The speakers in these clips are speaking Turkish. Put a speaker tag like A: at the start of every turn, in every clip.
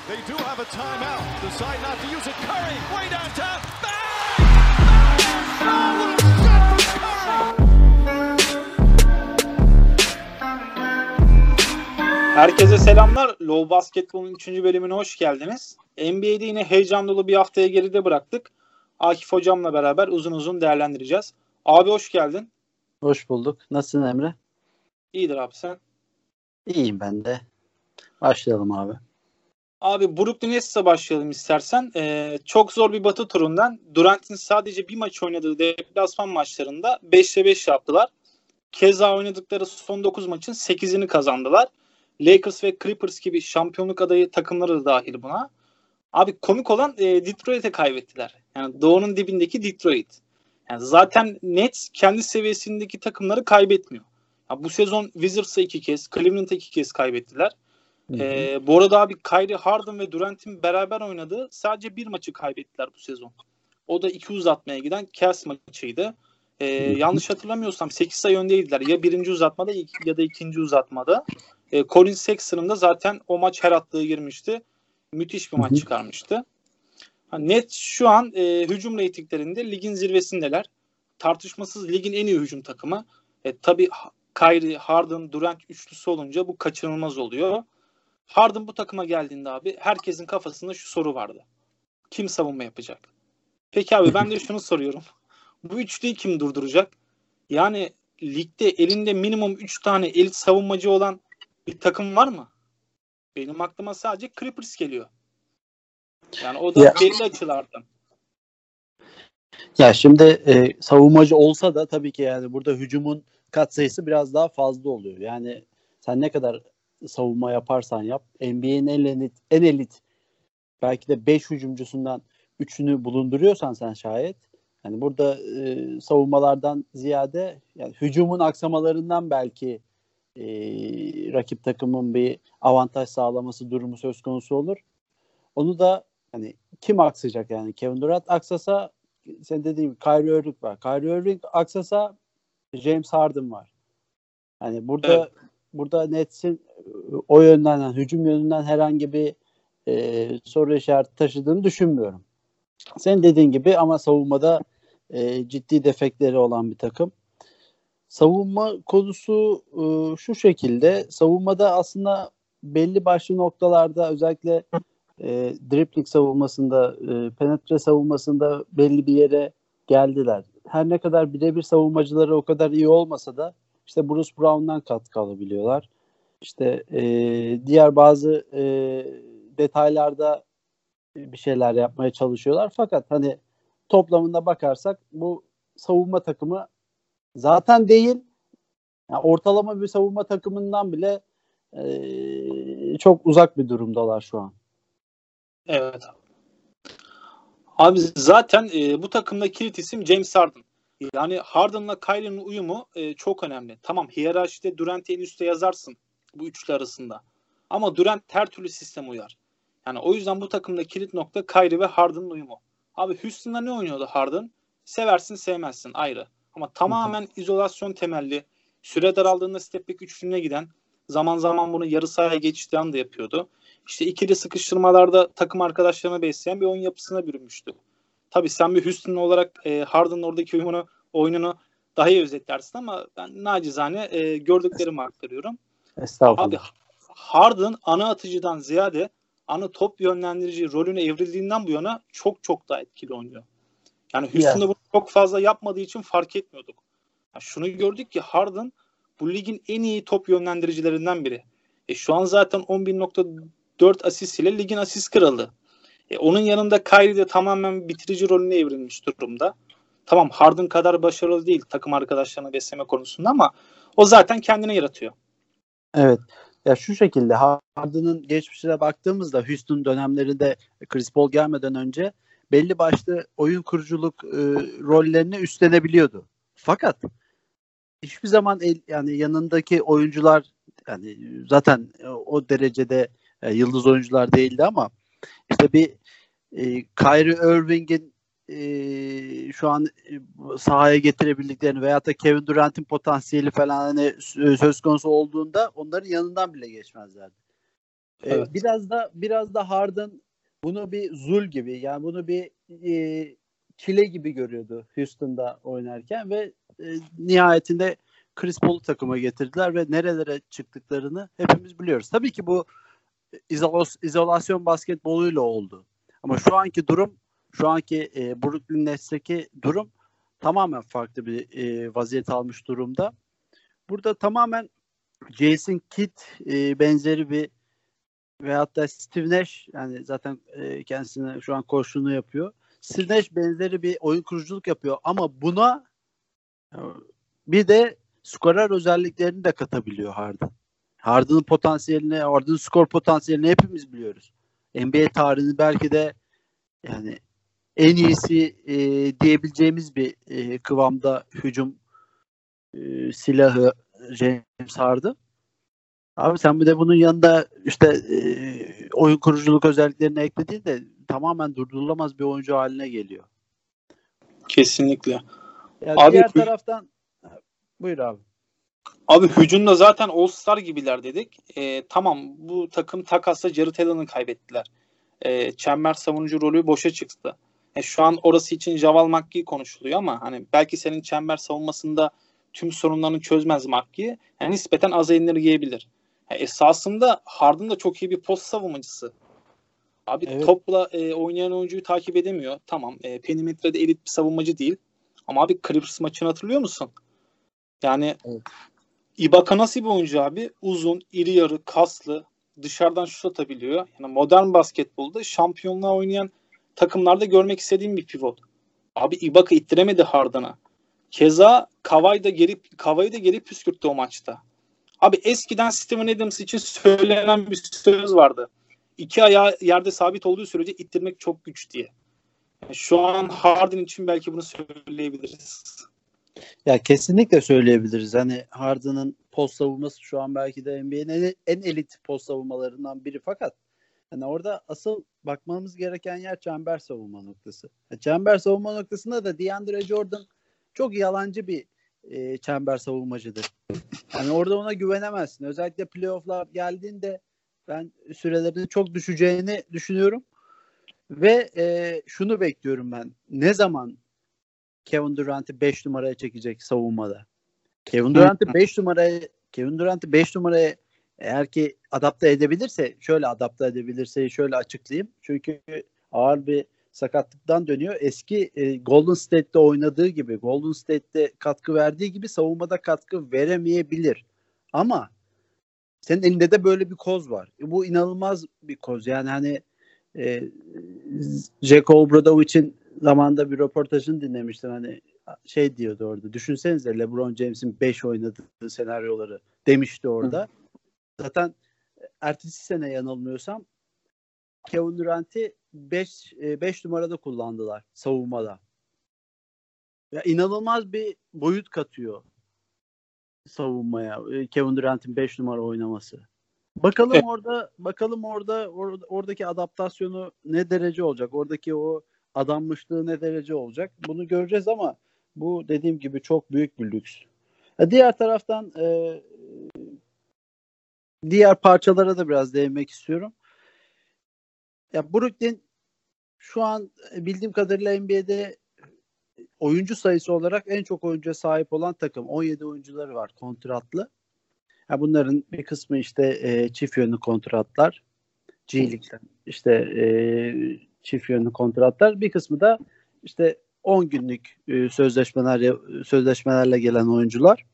A: They do have a timeout. Decide not to use it. Curry, way downtown. Bang! Oh, what a shot from Curry!
B: Herkese selamlar. Low Basketball'un 3. bölümüne hoş geldiniz. NBA'de yine heyecan dolu bir haftaya geride bıraktık. Akif hocamla beraber uzun uzun değerlendireceğiz. Abi hoş geldin.
C: Hoş bulduk. Nasılsın Emre?
B: İyidir abi sen.
C: İyiyim ben de. Başlayalım abi.
B: Abi Brooklyn Nets'e başlayalım istersen. Çok zor bir batı turundan Durant'in sadece bir maç oynadığı deplasman maçlarında 5'te 5 yaptılar. Keza oynadıkları son 9 maçın 8'ini kazandılar. Lakers ve Clippers gibi şampiyonluk adayı takımları da dahil buna. Abi komik olan Detroit'e kaybettiler. Yani doğunun dibindeki Detroit. Yani zaten Nets kendi seviyesindeki takımları kaybetmiyor. Ya bu sezon Wizards'a 2 kez, Cleveland'a 2 kez kaybettiler. Bu arada abi Kyrie, Harden ve Durant'in beraber oynadığı sadece bir maçı kaybettiler bu sezon. O da 2 uzatmaya giden Cavs maçıydı. Yanlış hatırlamıyorsam 8 sayı öndeydiler. Ya birinci uzatmada ya da ikinci uzatmada. Colin Sexton'ın da zaten o maç her attığı girmişti. Müthiş bir maç çıkarmıştı. Nets şu an hücum reytinglerinde ligin zirvesindeler. Tartışmasız ligin en iyi hücum takımı. Tabii Kyrie, Harden, Durant üçlüsü olunca bu kaçınılmaz oluyor. Harden bu takıma geldiğinde abi herkesin kafasında şu soru vardı. Kim savunma yapacak? Peki abi ben de şunu soruyorum. Bu üçlüyü kim durduracak? Yani ligde elinde minimum 3 tane elit savunmacı olan bir takım var mı? Benim aklıma sadece Clippers geliyor. Yani o da belli açılardan.
C: Ya şimdi savunmacı olsa da tabii ki yani burada hücumun katsayısı biraz daha fazla oluyor. Yani sen ne kadar savunma yaparsan yap NBA'nin en elit belki de 5 hücumcusundan 3'ünü bulunduruyorsan sen şayet yani burada savunmalardan ziyade yani hücumun aksamalarından belki rakip takımın bir avantaj sağlaması durumu söz konusu olur. Onu da hani kim aksayacak yani? Kevin Durant aksasa sen dediğin gibi Kyrie Irving var. Kyrie Irving aksasa James Harden var. Hani burada Nets'in o yönden yani hücum yönünden herhangi bir soru işareti taşıdığını düşünmüyorum. Sen dediğin gibi ama savunmada ciddi defekleri olan bir takım. Savunma konusu şu şekilde. Savunmada aslında belli başlı noktalarda özellikle dribbling savunmasında, penetre savunmasında belli bir yere geldiler. Her ne kadar birebir savunmacıları o kadar iyi olmasa da işte Bruce Brown'dan katkı alabiliyorlar. İşte diğer bazı detaylarda bir şeyler yapmaya çalışıyorlar. Fakat hani toplamında bakarsak bu savunma takımı zaten değil. Yani ortalama bir savunma takımından bile çok uzak bir durumdalar şu an.
B: Evet. Abi zaten bu takımda kilit isim James Harden. Yani Harden'la Kyrie'nin uyumu çok önemli. Tamam hiyerarşide Durant'i en üstte yazarsın bu üçlü arasında. Ama Durant her türlü sisteme uyar. Yani o yüzden bu takımda kilit nokta Kyrie ve Harden'ın uyumu. Abi Houston'da ne oynuyordu Harden? Seversin sevmezsin ayrı. Ama tamamen izolasyon temelli. Süre daraldığında step back üçlüğüne giden, zaman zaman bunu yarı sahaya geçtiği anda yapıyordu. İşte ikili sıkıştırmalarda takım arkadaşlarını besleyen bir oyun yapısına bürünmüştü. Tabii sen bir Houston olarak Harden'ın oradaki oyununu daha iyi özetlersin ama ben nacizane gördüklerimi aktarıyorum.
C: Estağfurullah.
B: Abi Harden ana atıcıdan ziyade ana top yönlendirici rolüne evrildiğinden bu yana çok çok daha etkili oynuyor. Yani Houston'da bunu çok fazla yapmadığı için fark etmiyorduk. Yani şunu gördük ki Harden bu ligin en iyi top yönlendiricilerinden biri. Şu an zaten 11.4 asist ile ligin asist kralı. Onun yanında Kyrie de tamamen bitirici rolüne evrilmiş durumda. Tamam Harden kadar başarılı değil takım arkadaşlarını besleme konusunda ama o zaten kendine yaratıyor.
C: Evet. Ya şu şekilde Harden'ın geçmişine baktığımızda Houston dönemlerinde Chris Paul gelmeden önce belli başlı oyun kuruculuk rollerini üstlenebiliyordu. Fakat hiçbir zaman yani yanındaki oyuncular yani zaten o derecede yıldız oyuncular değildi ama işte bir Kyrie Irving'in şu an sahaya getirebildiklerini veyahut da Kevin Durant'in potansiyeli falan hani söz konusu olduğunda onların yanından bile geçmezlerdi.
B: Evet.
C: Biraz da Harden bunu bir zul gibi, yani bunu bir çile gibi görüyordu Houston'da oynarken ve nihayetinde Chris Paul'u takıma getirdiler ve nerelere çıktıklarını hepimiz biliyoruz. Tabii ki bu izolasyon basketboluyla oldu. Ama şu anki Brooklyn Nets'teki durum tamamen farklı bir vaziyet almış durumda. Burada tamamen Jason Kidd benzeri bir veyahut da Steve Nash, yani zaten kendisine şu an koçluğunu yapıyor. Steve Nash benzeri bir oyun kuruculuk yapıyor ama buna bir de skorer özelliklerini de katabiliyor Harden. Harden'ın skor potansiyelini hepimiz biliyoruz. NBA tarihinin belki de yani en iyisi diyebileceğimiz bir kıvamda hücum silahı James Harden. Abi sen bir de bunun yanında işte oyun kuruculuk özelliklerini eklediğinde tamamen durdurulamaz bir oyuncu haline geliyor.
B: Kesinlikle.
C: Yani abi, diğer taraftan buyur abi.
B: Abi hücumda zaten All-Star gibiler dedik. Tamam, bu takım takasla Jared Allen'ı kaybettiler. Çember savunucu rolü boşa çıktı. Şu an orası için Javal McGee konuşuluyor ama hani belki senin çember savunmasında tüm sorunlarını çözmez McGee. Yani nispeten az indirgeyebilir. Esasında Harden da çok iyi bir post savunmacısı. Abi evet. Topla oynayan oyuncuyu takip edemiyor. Tamam, perimetrede elit bir savunmacı değil. Ama abi Clippers maçını hatırlıyor musun? Yani evet. Ibaka nasıl bir oyuncu abi? Uzun, iri yarı, kaslı, dışarıdan şut atabiliyor. Yani modern basketbolda şampiyonluğa oynayan takımlarda görmek istediğim bir pivot. Abi Ibaka ittiremedi Harden'a. Keza Kawhi da geri püskürttü o maçta. Abi eskiden Steven Adams için söylenen bir söz vardı. 2 ayağı yerde sabit olduğu sürece ittirmek çok güç diye. Yani şu an Harden için belki bunu söyleyebiliriz.
C: Ya kesinlikle söyleyebiliriz. Hani Harden'ın post savunması şu an belki de NBA'nin en elit post savunmalarından biri, fakat hani orada asıl bakmamız gereken yer çember savunma noktası. Çember savunma noktasında da DeAndre Jordan çok yalancı bir çember savunmacıdır. Yani orada ona güvenemezsin. Özellikle playoff'lar geldiğinde ben sürelerinin çok düşeceğini düşünüyorum. Ve şunu bekliyorum ben. Ne zaman Kevin Durant'i 5 numaraya çekecek savunmada? Kevin Durant'i 5 numaraya eğer ki adapte edebilirse şöyle açıklayayım. Çünkü ağır bir sakatlıktan dönüyor. Eski Golden State'te oynadığı gibi, Golden State'te katkı verdiği gibi savunmada katkı veremeyebilir. Ama senin elinde de böyle bir koz var. Bu inanılmaz bir koz. Yani hani Jack Obradovic'in zamanında bir röportajını dinlemiştim. Hani şey diyordu orada. Düşünsenize LeBron James'in 5 oynadığı senaryoları demişti orada. Zaten ertesi sene yanılmıyorsam Kevin Durant'i 5 numarada kullandılar savunmada. Ya inanılmaz bir boyut katıyor savunmaya Kevin Durant'in 5 numara oynaması. Bakalım oradaki adaptasyonu ne derece olacak? Oradaki o adanmışlığı ne derece olacak? Bunu göreceğiz ama bu dediğim gibi çok büyük bir lüks. Diğer taraftan diğer parçalara da biraz değinmek istiyorum. Ya Brooklyn şu an bildiğim kadarıyla NBA'de oyuncu sayısı olarak en çok oyuncuya sahip olan takım. 17 oyuncuları var kontratlı. Ya bunların bir kısmı işte çift yönlü kontratlar. G League'den işte çift yönlü kontratlar. Bir kısmı da işte 10 günlük sözleşmelerle gelen oyuncular.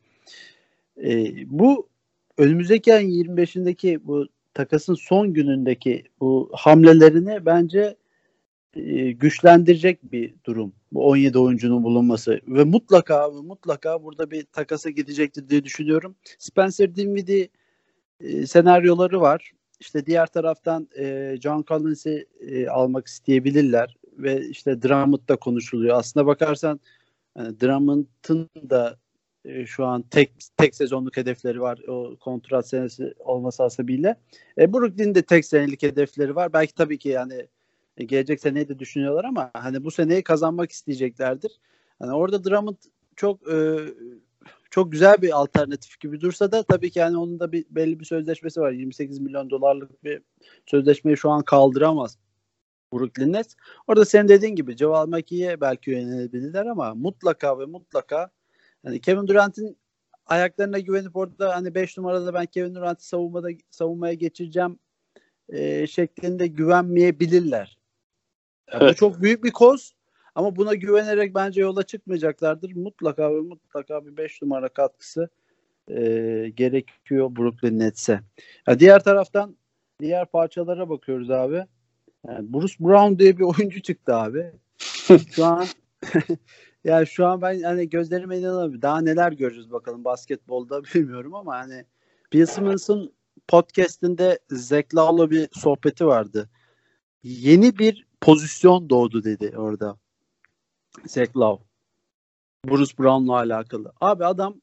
C: Bu önümüzdeki ayın 25'indeki bu takasın son günündeki bu hamlelerini bence güçlendirecek bir durum. Bu 17 oyuncunun bulunması ve mutlaka burada bir takasa gidecektir diye düşünüyorum. Spencer Dinwiddie senaryoları var. İşte diğer taraftan John Collins'i almak isteyebilirler ve işte Drummond da konuşuluyor. Aslına bakarsan Drummond'ın da şu an tek sezonluk hedefleri var. O kontrat senesi olması hasebiyle. Brooklyn'in de tek senelik hedefleri var. Belki tabii ki yani gelecek seneyi de düşünüyorlar ama hani bu seneyi kazanmak isteyeceklerdir. Hani orada Drummond çok güzel bir alternatif gibi dursa da tabii ki yani onun da belli bir sözleşmesi var. 28 milyon dolarlık bir sözleşmeyi şu an kaldıramaz Brooklyn Nets. Orada senin dediğin gibi Javal McGee'ye belki yönelebilirler ama mutlaka ve mutlaka yani Kevin Durant'in ayaklarına güvenip orada hani 5 numarada ben Kevin Durant'ı savunmaya geçireceğim şeklinde güvenmeyebilirler. Yani
B: Evet.
C: bu çok büyük bir koz ama buna güvenerek bence yola çıkmayacaklardır. Mutlaka ve mutlaka bir 5 numara katkısı gerekiyor Brooklyn Nets'e. Ya diğer taraftan diğer parçalara bakıyoruz abi. Yani Bruce Brown diye bir oyuncu çıktı abi. Şu an yani şu an ben hani gözlerime inanamıyorum. Daha neler göreceğiz bakalım basketbolda bilmiyorum ama hani Bill Simmons'ın podcast'inde Zach Lowe'la bir sohbeti vardı. Yeni bir pozisyon doğdu dedi orada. Zach Lowe. Bruce Brown'la alakalı. Abi adam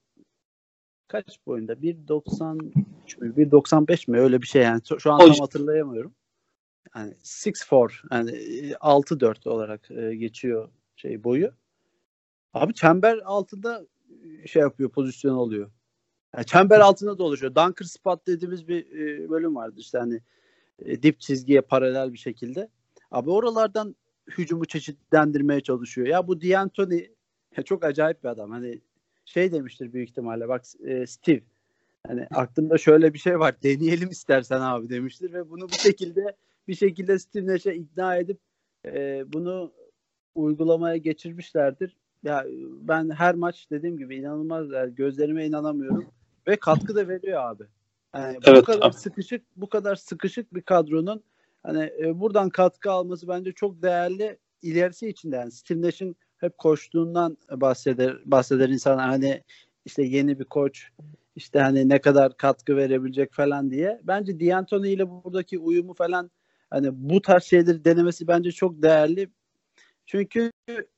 C: kaç boyunda? 1.93 mü? 1.95 mi? Öyle bir şey yani. Şu an tam hatırlayamıyorum. Yani 6'4 yani 6'4 olarak geçiyor boyu. Abi çember altında şey yapıyor, pozisyon oluyor. Yani çember altında dolaşıyor. Dunker spot dediğimiz bir bölüm vardı işte hani dip çizgiye paralel bir şekilde. Abi oralardan hücumu çeşitlendirmeye çalışıyor. Ya bu D'Antoni çok acayip bir adam. Hani şey demiştir büyük ihtimalle bak Steve hani aklımda şöyle bir şey var. Deneyelim istersen abi demiştir ve bunu bir şekilde Steve Nash'e ikna edip bunu uygulamaya geçirmişlerdir. Ya ben her maç dediğim gibi inanılmaz yani gözlerime inanamıyorum ve katkı da veriyor abi. Yani
B: Evet abi.
C: bu kadar sıkışık bir kadronun hani buradan katkı alması bence çok değerli ilerisi için de yani Steve Nash'in hep koştuğundan bahseder insanlar hani işte yeni bir koç işte hani ne kadar katkı verebilecek falan diye. Bence D'Antoni ile buradaki uyumu falan hani bu tarz şeyleri denemesi bence çok değerli. Çünkü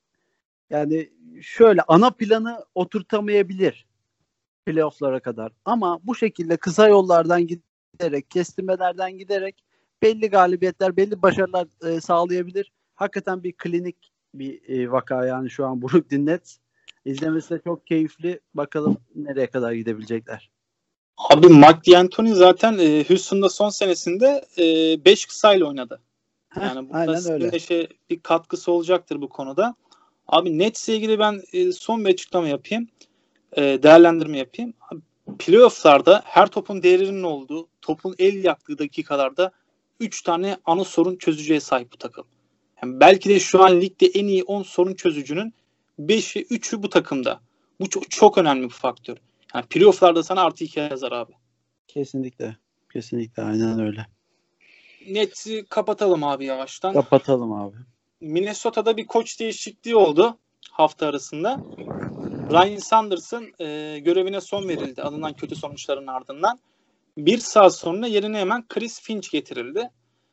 C: yani şöyle ana planı oturtamayabilir playoff'lara kadar. Ama bu şekilde kısa yollardan giderek, kestirmelerden giderek belli galibiyetler, belli başarılar sağlayabilir. Hakikaten bir klinik bir vaka yani şu an Brooklyn Nets. İzlemesi de çok keyifli. Bakalım nereye kadar gidebilecekler.
B: Abi Mike D'Antoni zaten Houston'da son senesinde 5 kısayla oynadı. Yani burada
C: Aynen öyle.
B: Steve bir katkısı olacaktır bu konuda. Abi Nets'le ilgili ben son bir açıklama yapayım. Değerlendirme yapayım. Abi, playoff'larda her topun değerinin olduğu, topun el yaktığı dakikalarda 3 tane ana sorun çözücüye sahip bu takım. Yani belki de şu an ligde en iyi 10 sorun çözücünün 5'i 3'ü bu takımda. Bu çok, çok önemli bir faktör. Yani playoff'larda sana artı 2 yazar abi.
C: Kesinlikle. Kesinlikle aynen öyle.
B: Nets'i kapatalım abi yavaştan.
C: Kapatalım abi.
B: Minnesota'da bir koç değişikliği oldu hafta arasında. Ryan Sanders'ın görevine son verildi alınan kötü sonuçların ardından. Bir saat sonra yerine hemen Chris Finch getirildi.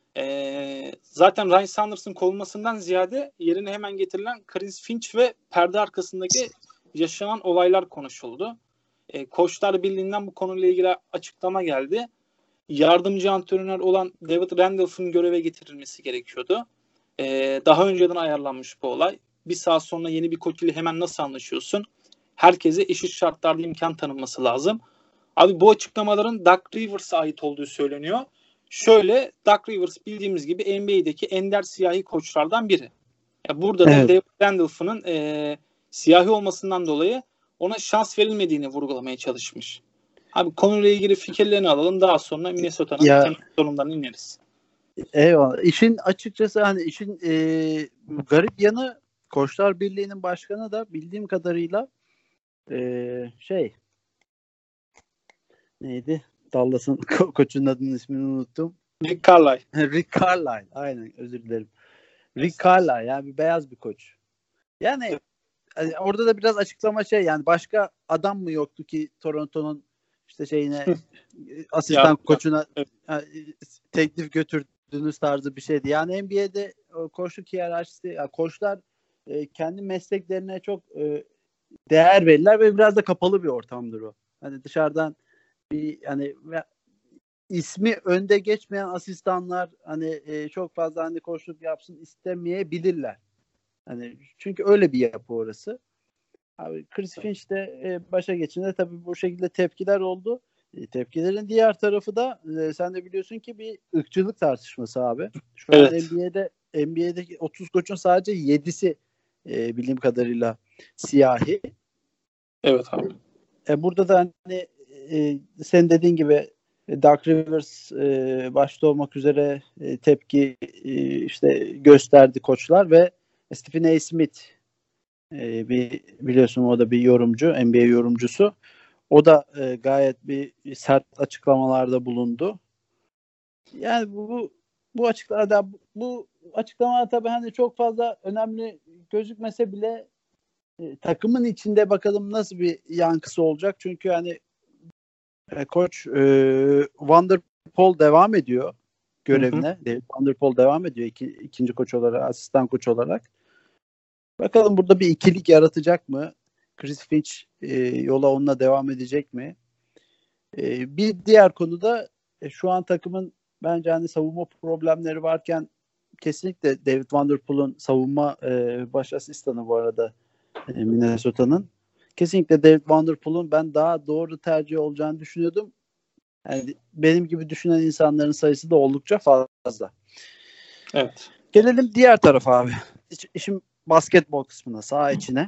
B: Zaten Ryan Sanders'ın kovulmasından ziyade yerine hemen getirilen Chris Finch ve perde arkasındaki yaşanan olaylar konuşuldu. Koçlar Birliği'nden bu konuyla ilgili açıklama geldi. Yardımcı antrenör olan David Randolph'un göreve getirilmesi gerekiyordu. Daha önceden ayarlanmış bu olay. Bir saat sonra yeni bir koç ile hemen nasıl anlaşıyorsun? Herkese eşit şartlarda imkan tanınması lazım. Abi bu açıklamaların Doug Rivers'a ait olduğu söyleniyor. Şöyle, Doug Rivers bildiğimiz gibi NBA'deki ender siyahi koçlardan biri. Burada da David Randolph'un siyahi olmasından dolayı ona şans verilmediğini vurgulamaya çalışmış. Abi konuyla ilgili fikirlerini alalım. Daha sonra Minnesota'nın temel sorunlarını ineriz.
C: Eyvallah. İşin açıkçası hani işin garip yanı Koçlar Birliği'nin başkanı da bildiğim kadarıyla neydi? Dallas'ın koçunun adının ismini unuttum.
B: Rick Carlisle.
C: Rick Carlisle. Aynen özür dilerim. Rick Carlisle yani bir beyaz bir koç. Yani orada da biraz açıklama yani başka adam mı yoktu ki Toronto'nun işte asistan koçuna teklif götürdüğünüz tarzı bir şeydi. Yani NBA'de koçluk hiyerarşisi yani koçlar kendi mesleklerine çok değer verirler ve biraz da kapalı bir ortamdır o. Hani dışarıdan bir ismi önde geçmeyen asistanlar çok fazla koçluk yapsın istemeyebilirler. Çünkü öyle bir yapı orası. Abi Chris Finch de başa geçince tabii bu şekilde tepkiler oldu. Tepkilerin diğer tarafı da sen de biliyorsun ki bir ırkçılık tartışması abi. Şu an
B: Evet.
C: NBA'deki 30 koçun sadece 7'si bildiğim kadarıyla siyahi.
B: Evet abi.
C: Burada da hani sen dediğin gibi Doug Rivers başta olmak üzere tepki işte gösterdi koçlar ve Stephen A. Smith biliyorsun o da bir yorumcu, NBA yorumcusu. O da gayet bir sert açıklamalarda bulundu. Yani bu açıklamalar tabii hani çok fazla önemli gözükmese bile takımın içinde bakalım nasıl bir yankısı olacak. Çünkü hani koç Vanderpool devam ediyor görevine. David Vanderpool devam ediyor ikinci koç olarak, asistan koç olarak. Bakalım burada bir ikilik yaratacak mı? Chris Finch yola onunla devam edecek mi? Bir diğer konuda şu an takımın bence hani savunma problemleri varken kesinlikle David Vanderpool'un savunma baş asistanı bu arada Minnesota'nın. Kesinlikle David Vanderpool'un ben daha doğru tercih olacağını düşünüyordum. Yani benim gibi düşünen insanların sayısı da oldukça fazla.
B: Evet.
C: Gelelim diğer tarafa abi. İşin basketbol kısmına, saha içine.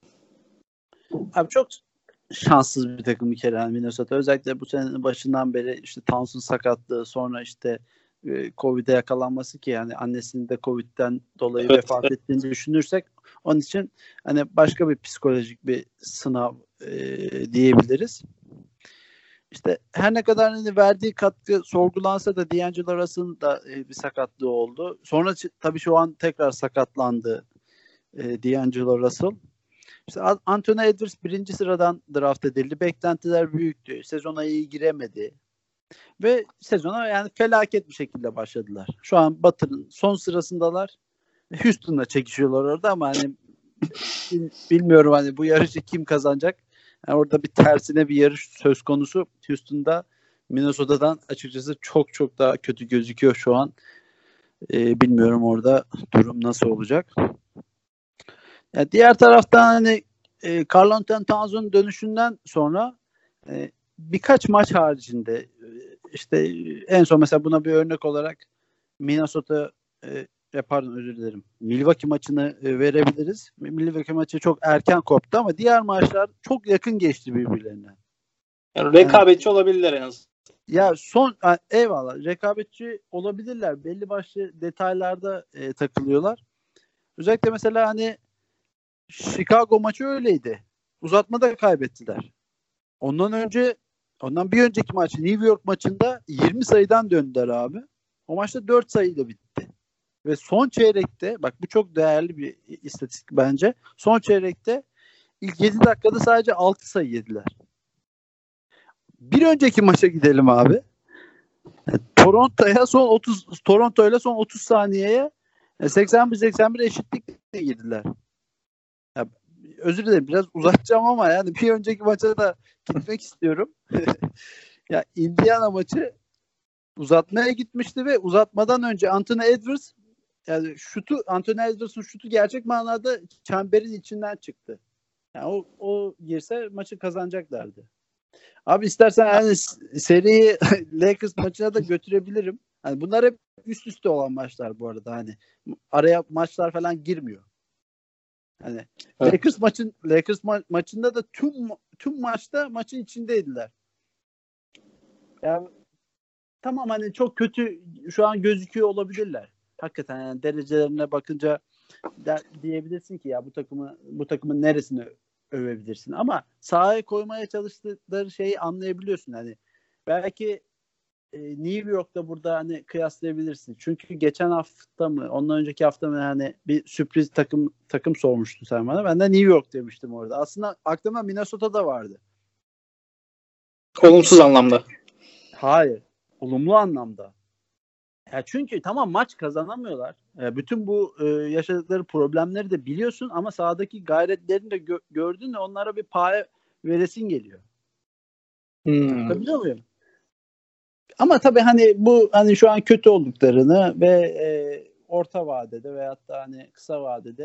C: Abi çok şanssız bir takım bir kere yani Minnesota. Özellikle bu senenin başından beri işte Towns'un sakatlığı, sonra işte Covid'e yakalanması ki yani annesinin de Covid'den dolayı vefat ettiğini düşünürsek onun için hani başka bir psikolojik bir sınav diyebiliriz. İşte her ne kadar hani verdiği katkı sorgulansa da D'Angelo Russell'ın da bir sakatlığı oldu. Sonra tabii şu an tekrar sakatlandı D'Angelo Russell. İşte Anthony Edwards 1. sıradan draft edildi. Beklentiler büyüktü. Sezona iyi giremedi. Ve sezona yani felaket bir şekilde başladılar. Şu an Batı'nın son sırasındalar. Houston'la çekişiyorlar orada ama hani bilmiyorum hani bu yarışı kim kazanacak. Yani orada bir tersine bir yarış söz konusu. Houston'da Minnesota'dan açıkçası çok çok daha kötü gözüküyor şu an. Bilmiyorum orada durum nasıl olacak. Yani diğer taraftan hani Karl Anthony Towns'un dönüşünden sonra birkaç maç haricinde işte en son mesela buna bir örnek olarak Minnesota pardon özür dilerim. Milwaukee maçını verebiliriz. Milwaukee maçı çok erken koptu ama diğer maçlar çok yakın geçti birbirlerine.
B: Yani rekabetçi olabilirler en azından.
C: Ya eyvallah rekabetçi olabilirler. Belli başlı detaylarda takılıyorlar. Özellikle mesela hani Chicago maçı öyleydi. Uzatmada kaybettiler. Ondan bir önceki maç New York maçında 20 sayıdan döndüler abi. O maçta 4 sayıyla bitti. Ve son çeyrekte bak bu çok değerli bir istatistik bence. Son çeyrekte ilk 7 dakikada sadece 6 sayı yediler. Bir önceki maça gidelim abi. Toronto'yla son 30 saniyeye 81-81 eşitlikle girdiler. Ya, özür dilerim biraz uzatacağım ama yani bir önceki maça da gitmek istiyorum. Ya Indiana maçı uzatmaya gitmişti ve uzatmadan önce Anthony Edwards yani Anthony Edwards'ın şutu gerçek manada çemberin içinden çıktı. Yani o girse maçı kazanacaklardı. Abi istersen yani seriyi Lakers maçına da götürebilirim. Hani bunlar hep üst üste olan maçlar bu arada hani araya maçlar falan girmiyor. Hani evet. Lakers maçında da tüm maçta maçın içindeydiler. Yani tamam hani çok kötü şu an gözüküyor olabilirler. Hakikaten yani derecelerine bakınca diyebilirsin ki ya bu takımın neresini övebilirsin ama sahaya koymaya çalıştıkları şeyi anlayabiliyorsun hani. Belki New York'ta burada hani kıyaslayabilirsin. Çünkü geçen hafta mı, ondan önceki hafta mı yani bir sürpriz takım sormuştun sen bana. Ben de New York demiştim orada. Aslında aklımda Minnesota'da vardı.
B: Olumsuz anlamda.
C: Hayır. Olumlu anlamda. Ya çünkü tamam maç kazanamıyorlar. Bütün bu yaşadıkları problemleri de biliyorsun ama sahadaki gayretlerini de gördün de onlara bir pay veresin geliyor. Biliyor muyum? Ama tabii hani şu an kötü olduklarını ve orta vadede veyahut da hani kısa vadede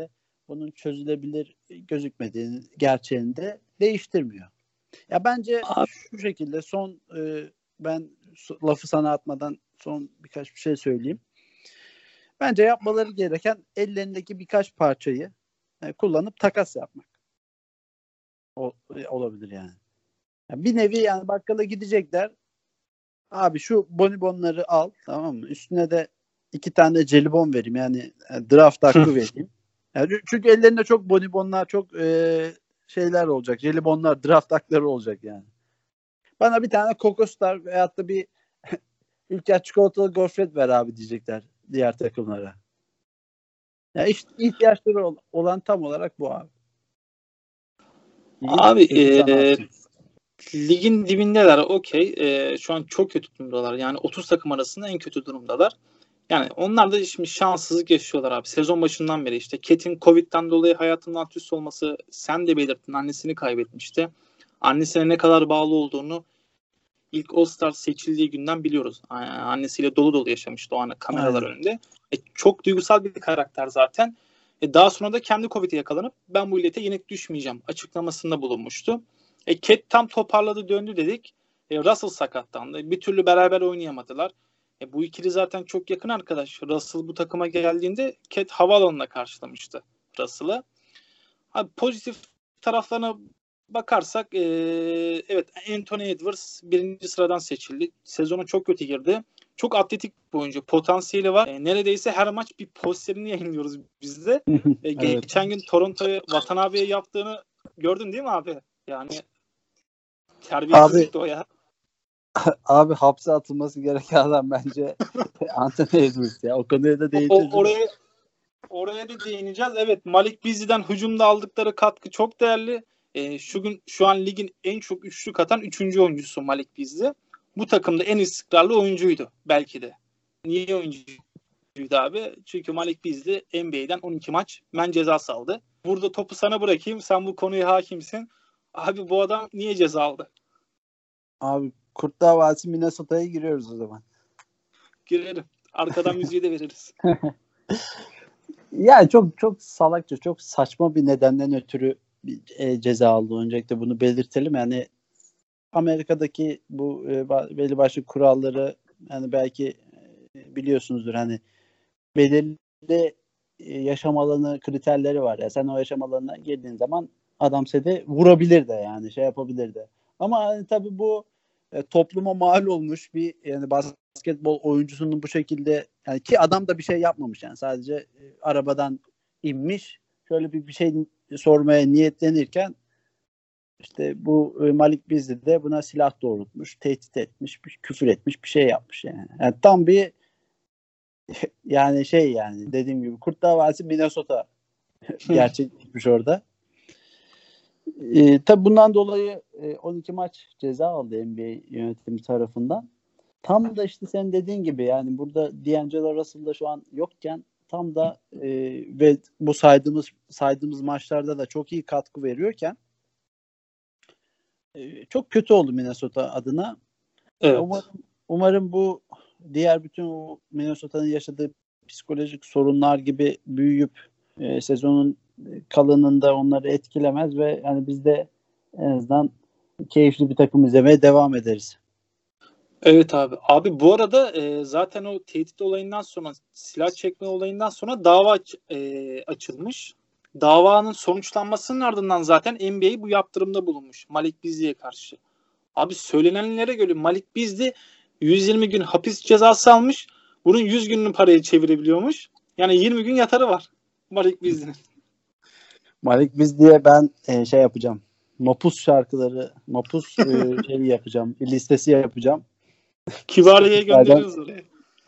C: bunun çözülebilir gözükmediğini gerçeğini de değiştirmiyor. Ya bence şu şekilde ben lafı sana atmadan son birkaç bir şey söyleyeyim. Bence yapmaları gereken ellerindeki birkaç parçayı kullanıp takas yapmak. Olabilir yani. Bir nevi yani bakkala gidecekler. Abi şu bonibonları al, tamam mı? Üstüne de 2 tane jelibon vereyim. Yani draft hakkı vereyim. Yani çünkü ellerinde çok bonibonlar, çok şeyler olacak. Jelibonlar, draft hakları olacak yani. Bana bir tane Coco Star veyahut da bir Ülker çikolatalı gofret ver abi diyecekler diğer takımlara. Yani işte ihtiyaçları olan tam olarak bu abi.
B: Abi ligin dibindeler, okey. Şu an çok kötü durumdalar. Yani 30 takım arasında en kötü durumdalar. Yani onlar da şimdi şanssızlık yaşıyorlar abi. Sezon başından beri işte Cat'in Covid'den dolayı hayatının alt üst olması, sen de belirttin, annesini kaybetmişti. Annesine ne kadar bağlı olduğunu ilk All-Star seçildiği günden biliyoruz. Annesiyle dolu dolu yaşamıştı o ana kameralar önünde. Çok duygusal bir karakter zaten. Daha sonra da kendi Covid'e yakalanıp ben bu illete yenik düşmeyeceğim açıklamasında bulunmuştu. Cat tam toparladı döndü dedik. Russell sakatlandı. Bir türlü beraber oynayamadılar. Bu ikili zaten çok yakın arkadaş. Russell bu takıma geldiğinde Cat havaalanına karşılamıştı Russell'ı. Pozitif taraflarına bakarsak evet, Anthony Edwards 1. sıradan seçildi. Sezona çok kötü girdi. Çok atletik bir oyuncu. Potansiyeli var. Neredeyse her maç bir posterini yayınlıyoruz biz de. Evet. Geçen gün Toronto'ya Watanabe'ye yaptığını gördün değil mi abi? Yani terbiyesizlikti o ya.
C: Abi hapse atılması gereken adam bence Anthony Edwards ya. O konuya da değineceğiz.
B: Oraya da değineceğiz. Evet, Malik Beasley'den hücumda aldıkları katkı çok değerli. Şu an ligin en çok üçlük atan 3. oyuncusu Malik Beasley. Bu takımda en istikrarlı oyuncuydu belki de. Niye oyuncuydu abi? Çünkü Malik Beasley NBA'den 12 maç men cezası aldı. Burada topu sana bırakayım. Sen bu konuya hakimsin. Abi bu adam niye ceza aldı?
C: Abi Kurtlar Vadisi Minnesota'ya giriyoruz o zaman.
B: Girelim. Arkadan müziği de veririz.
C: Yani çok salakça, çok saçma bir nedenden ötürü bir ceza aldı. Öncelikle bunu belirtelim. Yani Amerika'daki bu belli başlı kuralları yani belki biliyorsunuzdur, hani belirli yaşam alanı kriterleri var. Ya sen o yaşam alanına girdiğin zaman adam seni vurabilir de, yani şey yapabilir de. Ama hani tabii bu topluma mal olmuş bir yani basketbol oyuncusunun bu şekilde, yani ki adam da bir şey yapmamış, yani sadece arabadan inmiş, şöyle bir şey sormaya niyetlenirken işte bu Malik Beasley de buna silah doğrultmuş, tehdit etmiş, küfür etmiş, bir şey yapmış yani. Yani tam bir yani şey, yani dediğim gibi Kurtlar Vadisi Minnesota gerçekleşmiş orada. Tabii bundan dolayı 12 maç ceza aldı NBA yönetimi tarafından. Tam da işte senin dediğin gibi, yani burada D'Angelo Russell'da şu an yokken tam da ve bu saydığımız maçlarda da çok iyi katkı veriyorken çok kötü oldu Minnesota adına.
B: Evet.
C: Umarım bu diğer bütün o Minnesota'nın yaşadığı psikolojik sorunlar gibi büyüyüp sezonun kalanında onları etkilemez ve yani biz de en azından keyifli bir takım izlemeye devam ederiz.
B: Evet abi. Abi bu arada zaten o tehdit olayından sonra, silah çekme olayından sonra dava açılmış. Davanın sonuçlanmasının ardından zaten NBA bu yaptırımda bulunmuş Malik Beasley'e karşı. Abi söylenenlere göre Malik Beasley 120 gün hapis cezası almış. Bunun 100 gününü paraya çevirebiliyormuş. Yani 20 gün yatarı var Malik Beasley'nin.
C: Malik Beasley'e ben şey yapacağım. Mapus şarkıları, Mapus şeyi yapacağım. Listesi yapacağım.
B: Kibariye'ye göndeririz oraya.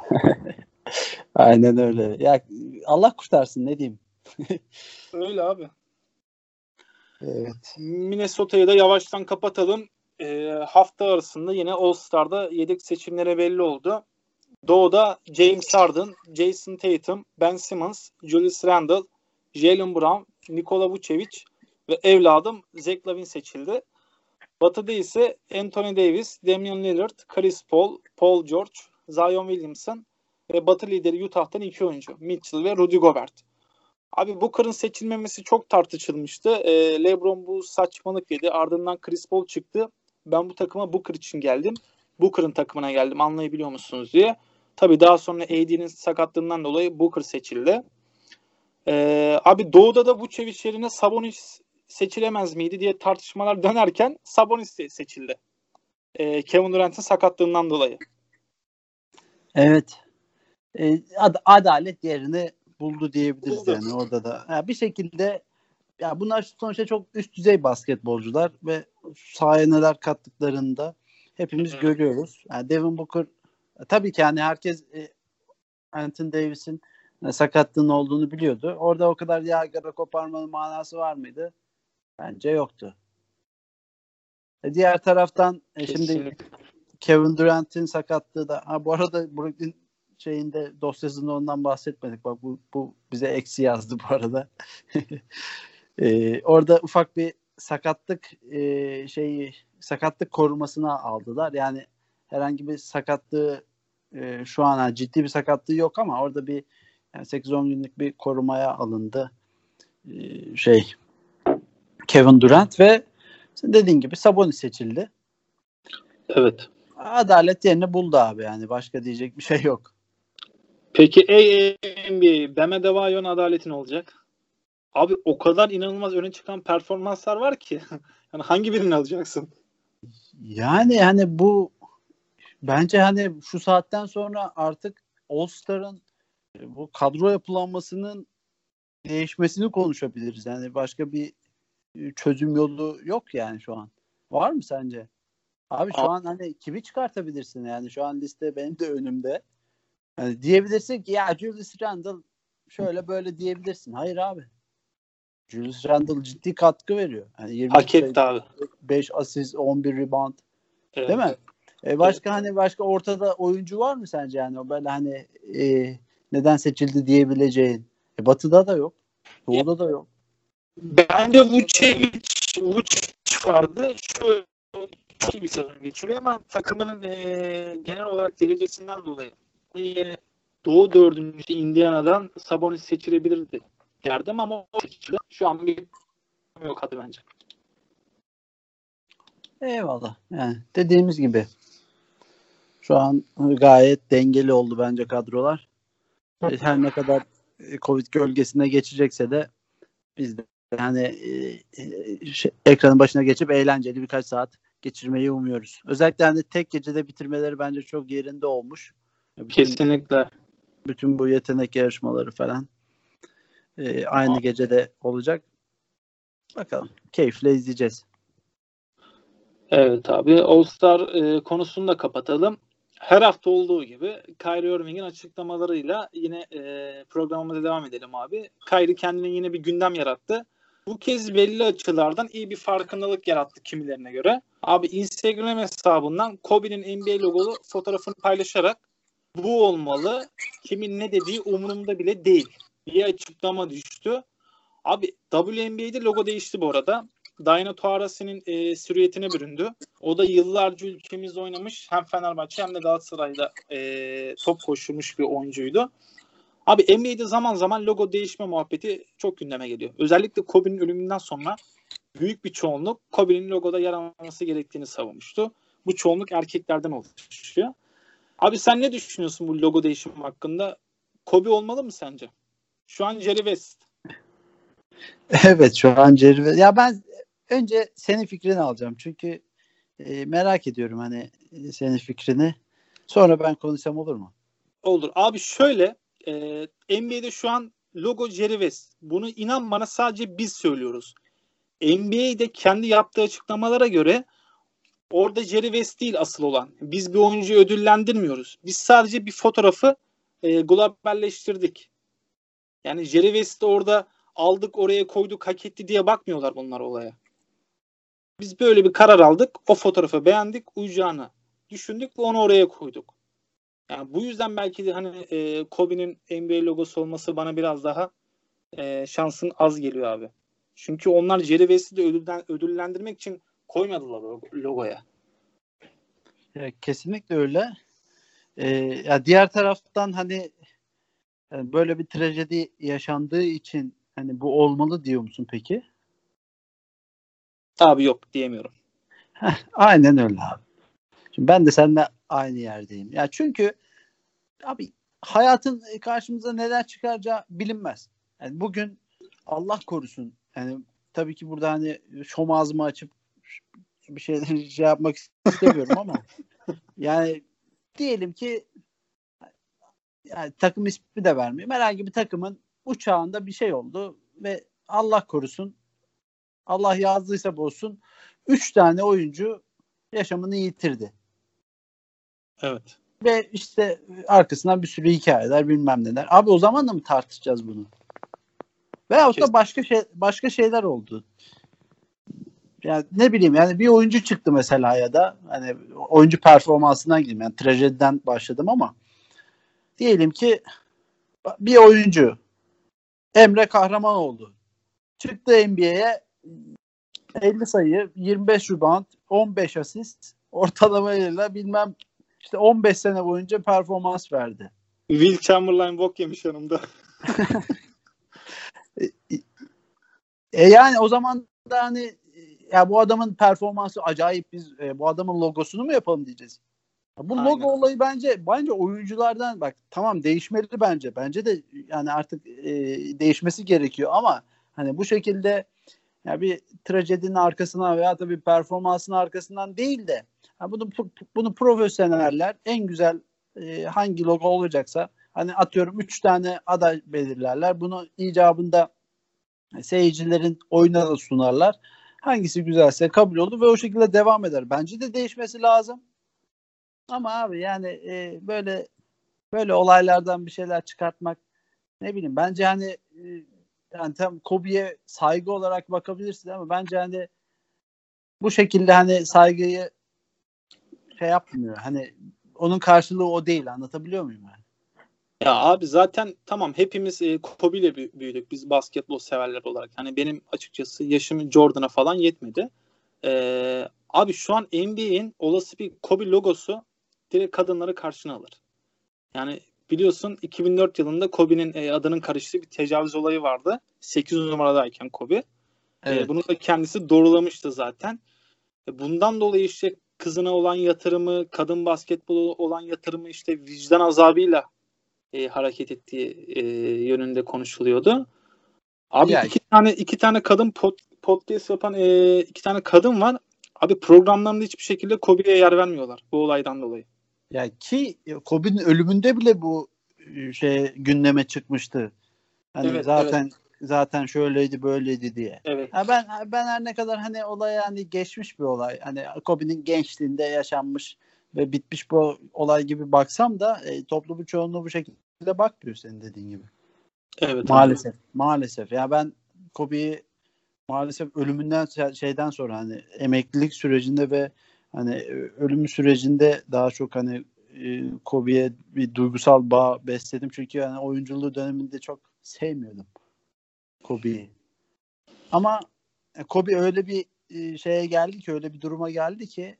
C: Aynen öyle. Ya Allah kurtarsın, ne diyeyim.
B: Öyle abi.
C: Evet.
B: Minnesota'yı da yavaştan kapatalım. Hafta arasında yine All-Star'da yedek seçimlere belli oldu. Doğu'da James Harden, Jason Tatum, Ben Simmons, Julius Randle, Jaylen Brown, Nikola Vucevic ve evladım Zach LaVine seçildi. Batı'da ise Anthony Davis, Damian Lillard, Chris Paul, Paul George, Zion Williamson ve Batı lideri Utah'tan 2 oyuncu Mitchell ve Rudy Gobert. Abi Booker'ın seçilmemesi çok tartışılmıştı. LeBron bu saçmalık dedi. Ardından Chris Paul çıktı. Ben bu takıma Booker için geldim. Booker'ın takımına geldim, anlayabiliyor musunuz diye. Tabii daha sonra AD'nin sakatlığından dolayı Booker seçildi. Abi Doğu'da da Vucevic yerine Sabonis seçilemez miydi diye tartışmalar dönerken Sabonis seçildi. Kevin Durant'ın sakatlığından dolayı.
C: Evet. Adalet yerini buldu diyebiliriz
B: Buldu.
C: yani orada da. Bir şekilde ya bunlar sonuçta çok üst düzey basketbolcular ve sahaya neler kattıklarını da hepimiz görüyoruz. Yani Devin Booker tabii ki yani herkes Anthony Davis'in sakatlığının olduğunu biliyordu. Orada o kadar yaygara koparmanın manası var mıydı? Bence yoktu. Diğer taraftan şimdi Kevin Durant'in sakatlığı da bu arada Brooklyn dosyasında ondan bahsetmedik. Bak bu bize eksi yazdı bu arada. Orada ufak bir sakatlık korumasına aldılar. Yani herhangi bir sakatlığı şu an ciddi bir sakatlığı yok ama orada bir 8-10 günlük bir korumaya alındı. Kevin Durant ve dediğin gibi Sabonis seçildi.
B: Evet.
C: Adalet yerini buldu abi, yani başka diyecek bir şey yok.
B: Peki NBA Bam Adebayo'nun adaletin olacak? Abi o kadar inanılmaz öne çıkan performanslar var ki. Yani hangi birini alacaksın?
C: Yani hani bu bence hani şu saatten sonra artık All-Star'ın bu kadro yapılanmasının değişmesini konuşabiliriz. Yani başka bir çözüm yolu yok yani şu an. Var mı sence? Abi şu an hani kimi çıkartabilirsin yani, şu an liste benim de önümde. Yani diyebilirsin ki ya Julius Randle şöyle böyle diyebilirsin. Hayır abi. Julius Randle ciddi katkı veriyor. Yani 20
B: Hak etti abi.
C: 5 asist, 11 rebound.
B: Evet.
C: Değil mi? Başka ortada oyuncu var mı sence yani o böyle hani neden seçildi diyebileceğin? Batı'da da yok. Doğu'da da yok.
B: Bence Vucevic vardı. Şöyle çok bir sezon geçiriyor ama takımının genel olarak derecesinden dolayı Doğu dördüncüsü Indiana'dan Sabonis seçilebilirdi derdim ama o seçildi. Şu an bir yok adı bence.
C: Eyvallah. Yani dediğimiz gibi şu an gayet dengeli oldu bence kadrolar. Her ne kadar Covid gölgesine geçecekse de biz de yani ekranın başına geçip eğlenceli birkaç saat geçirmeyi umuyoruz. Özellikle hani tek gecede bitirmeleri bence çok yerinde olmuş.
B: Kesinlikle.
C: Bütün bu yetenek yarışmaları falan aynı gecede olacak. Bakalım. Keyifle izleyeceğiz.
B: Evet abi. All-Star konusunu da kapatalım. Her hafta olduğu gibi Kyrie Irving'in açıklamalarıyla yine programımıza devam edelim abi. Kyrie kendine yine bir gündem yarattı. Bu kez belli açılardan iyi bir farkındalık yarattı kimilerine göre. Abi Instagram hesabından Kobe'nin NBA logolu fotoğrafını paylaşarak bu olmalı, kimin ne dediği umurumda bile değil diye açıklama düştü. Abi WNBA'de logo değişti bu arada. Diana Taurasi'nin sürriyetine büründü. O da yıllarca ülkemizde oynamış. Hem Fenerbahçe hem de Galatasaray'da top koşturmuş bir oyuncuydu. Abi NBA'de zaman zaman logo değişme muhabbeti çok gündeme geliyor. Özellikle Kobe'nin ölümünden sonra büyük bir çoğunluk Kobe'nin logoda yer alması gerektiğini savunmuştu. Bu çoğunluk erkeklerden oluşuyor. Abi sen ne düşünüyorsun bu logo değişimi hakkında? Kobe olmalı mı sence? Şu an Jerry West.
C: Evet, şu an Jerry. Ya ben önce senin fikrini alacağım. Çünkü merak ediyorum hani senin fikrini. Sonra ben konuşsam olur mu?
B: Olur. Abi şöyle NBA'de şu an logo Jerry West. Bunu inan bana sadece biz söylüyoruz. NBA'de kendi yaptığı açıklamalara göre orada Jerry West değil asıl olan. Biz bir oyuncuyu ödüllendirmiyoruz. Biz sadece bir fotoğrafı globalleştirdik. Yani Jerry West'i orada aldık, oraya koyduk, hak etti diye bakmıyorlar bunlar olaya. Biz böyle bir karar aldık. O fotoğrafı beğendik, uyacağını düşündük ve onu oraya koyduk. Yani bu yüzden belki de hani Kobe'nin NBA logosu olması bana biraz daha şansın az geliyor abi. Çünkü onlar Jerry West'i de ödüllendirmek için koymadılar logoya.
C: Kesinlikle öyle. Ya diğer taraftan hani Yani böyle bir trajedi yaşandığı için hani bu olmalı diyor musun peki?
B: Abi yok diyemiyorum.
C: Aynen öyle abi. Şimdi ben de seninle aynı yerdeyim. Ya çünkü abi hayatın karşımıza neler çıkaracağı bilinmez. Yani bugün Allah korusun. Yani tabii ki burada hani şom ağzımı açıp bir şeyler şey yapmak istemiyorum ama yani diyelim ki yani takım ismi de vermeyeyim. Herhangi bir takımın uçağında bir şey oldu ve Allah korusun, Allah yazdıysa bozsun, 3 tane oyuncu yaşamını yitirdi.
B: Evet.
C: Ve işte arkasından bir sürü hikayeler bilmem neler. Abi o zaman da mı tartışacağız bunu? Veyahut da başka şeyler oldu. Yani ne bileyim yani bir oyuncu çıktı mesela ya da hani oyuncu performansından gideyim. Yani trajediden başladım ama diyelim ki bir oyuncu Emre Kahramanoğlu çıktı NBA'ye 50 sayı, 25 rebound, 15 asist ortalamayla bilmem işte 15 sene boyunca performans verdi.
B: Will Chamberlain bok yemiş yanımda.
C: Yani o zaman da hani ya bu adamın performansı acayip biz bu adamın logosunu mu yapalım diyeceğiz. Ya bu logo
B: Aynen.
C: olayı bence oyunculardan bak tamam değişmeli bence. Bence de yani artık değişmesi gerekiyor ama hani bu şekilde ya bir trajedinin arkasına veya da bir performansın arkasından değil de bunu profesyoneller en güzel hangi logo olacaksa hani atıyorum 3 tane aday belirlerler. Bunu icabında seyircilerin oyuna da sunarlar. Hangisi güzelse kabul olur ve o şekilde devam eder. Bence de değişmesi lazım. Ama abi yani böyle olaylardan bir şeyler çıkartmak ne bileyim bence hani yani tam Kobe'ye saygı olarak bakabilirsin ama bence hani bu şekilde hani saygıyı şey yapmıyor. Hani onun karşılığı o değil. Anlatabiliyor muyum yani?
B: Ya abi zaten tamam hepimiz Kobe ile büyüdük biz basketbol severler olarak. Hani benim açıkçası yaşım Jordan'a falan yetmedi. Abi şu an NBA'in olası bir Kobe logosu direkt kadınları karşına alır. Yani biliyorsun 2004 yılında Kobe'nin adının karıştığı bir tecavüz olayı vardı. 8 numaradayken Kobe.
C: Evet.
B: Bunu da kendisi doğrulamıştı zaten. Bundan dolayı işte kızına olan yatırımı, kadın basketbolu olan yatırımı işte vicdan azabıyla hareket ettiği yönünde konuşuluyordu. Abi
C: Ya,
B: iki tane kadın podcast yapan iki tane kadın var. Abi programlarında hiçbir şekilde Kobe'ye yer vermiyorlar bu olaydan dolayı.
C: ya ki Kobe'nin ölümünde bile bu şey gündeme çıkmıştı. Hani
B: Evet, evet,
C: zaten şöyleydi böyleydi diye.
B: evet.
C: Ha ben her ne kadar hani olay hani geçmiş bir olay. Hani Kobe'nin gençliğinde yaşanmış ve bitmiş bu olay gibi baksam da toplumun çoğunluğu bu şekilde bakmıyor senin dediğin gibi.
B: Evet abi.
C: Maalesef. Maalesef. Ya ben Kobe'yi maalesef ölümünden şeyden sonra hani emeklilik sürecinde ve hani ölüm sürecinde daha çok hani Kobe'ye bir duygusal bağ besledim. Çünkü yani oyunculuğu döneminde çok sevmiyordum Kobe'yi. Ama Kobe öyle bir şeye geldi ki öyle bir duruma geldi ki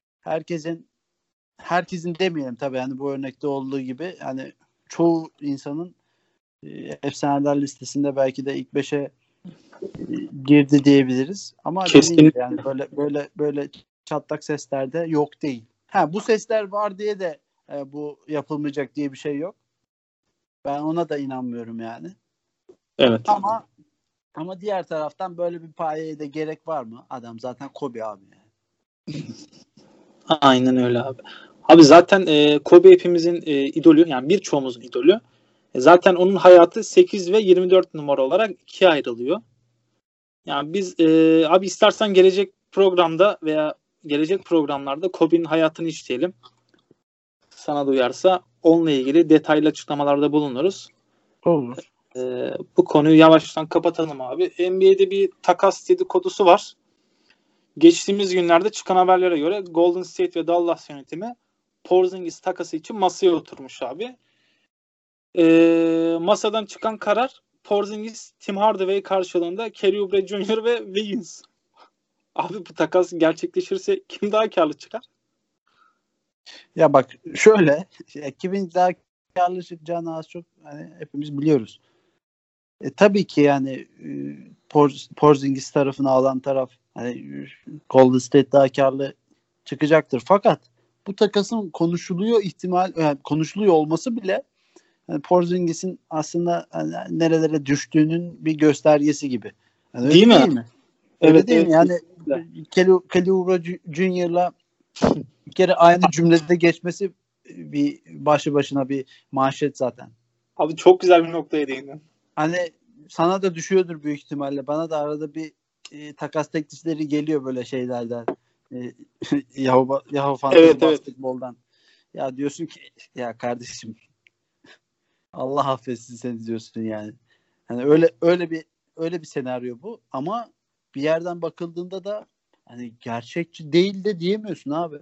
C: herkesin demeyelim tabii yani bu örnekte olduğu gibi hani çoğu insanın efsaneler listesinde belki de ilk 5'e girdi diyebiliriz. Ama dediğim
B: Kesin.
C: gibi yani böyle çatlak sesler de yok değil. Ha bu sesler var diye de bu yapılmayacak diye bir şey yok. Ben ona da inanmıyorum yani.
B: Evet.
C: Ama diğer taraftan böyle bir payeye de gerek var mı? Adam zaten Kobe abi yani.
B: Aynen öyle abi. Abi zaten Kobe hepimizin idolü yani birçoğumuzun idolü. Zaten onun hayatı 8 ve 24 numara olarak ikiye ayrılıyor. Yani biz abi istersen gelecek programda veya gelecek programlarda Kobe'nin hayatını işleyelim. Sana duyarsa onunla ilgili detaylı açıklamalarda bulunuruz.
C: Olur.
B: Bu konuyu yavaştan kapatalım abi. NBA'de bir takas dedikodusu var. Geçtiğimiz günlerde çıkan haberlere göre Golden State ve Dallas yönetimi Porzingis takası için masaya oturmuş abi. Masadan çıkan karar Porzingis, Tim Hardaway karşılığında Kelly Oubre Jr. ve Wiggins. Abi bu takas gerçekleşirse kim daha karlı çıkar?
C: Ya bak şöyle kimin daha karlı çıkacağını az çok hani hepimiz biliyoruz. Tabii ki yani Porzingis tarafını alan taraf hani Golden State daha karlı çıkacaktır. Fakat bu takasın konuşuluyor olması bile yani Porzingis'in aslında hani nerelere düştüğünün bir göstergesi gibi. Yani öyle
B: Değil mi?
C: değil mi? Öyle
B: Evet,
C: değil
B: evet,
C: mi? Yani
B: kesinlikle.
C: Kelly Oubre Jr.'la bir kere aynı cümlede geçmesi bir başlı başına bir manşet zaten.
B: Abi çok güzel bir noktaya değindin.
C: Hani sana da düşüyordur büyük ihtimalle. Bana da arada bir takas teklifleri geliyor böyle şeylerden. E, Yahoo Fantasy
B: Evet, evet.
C: Basketbol'dan. Ya diyorsun ki ya kardeşim Allah affetsin seni diyorsun yani. Hani öyle bir senaryo bu ama bir yerden bakıldığında da hani gerçekçi değil de diyemiyorsun abi.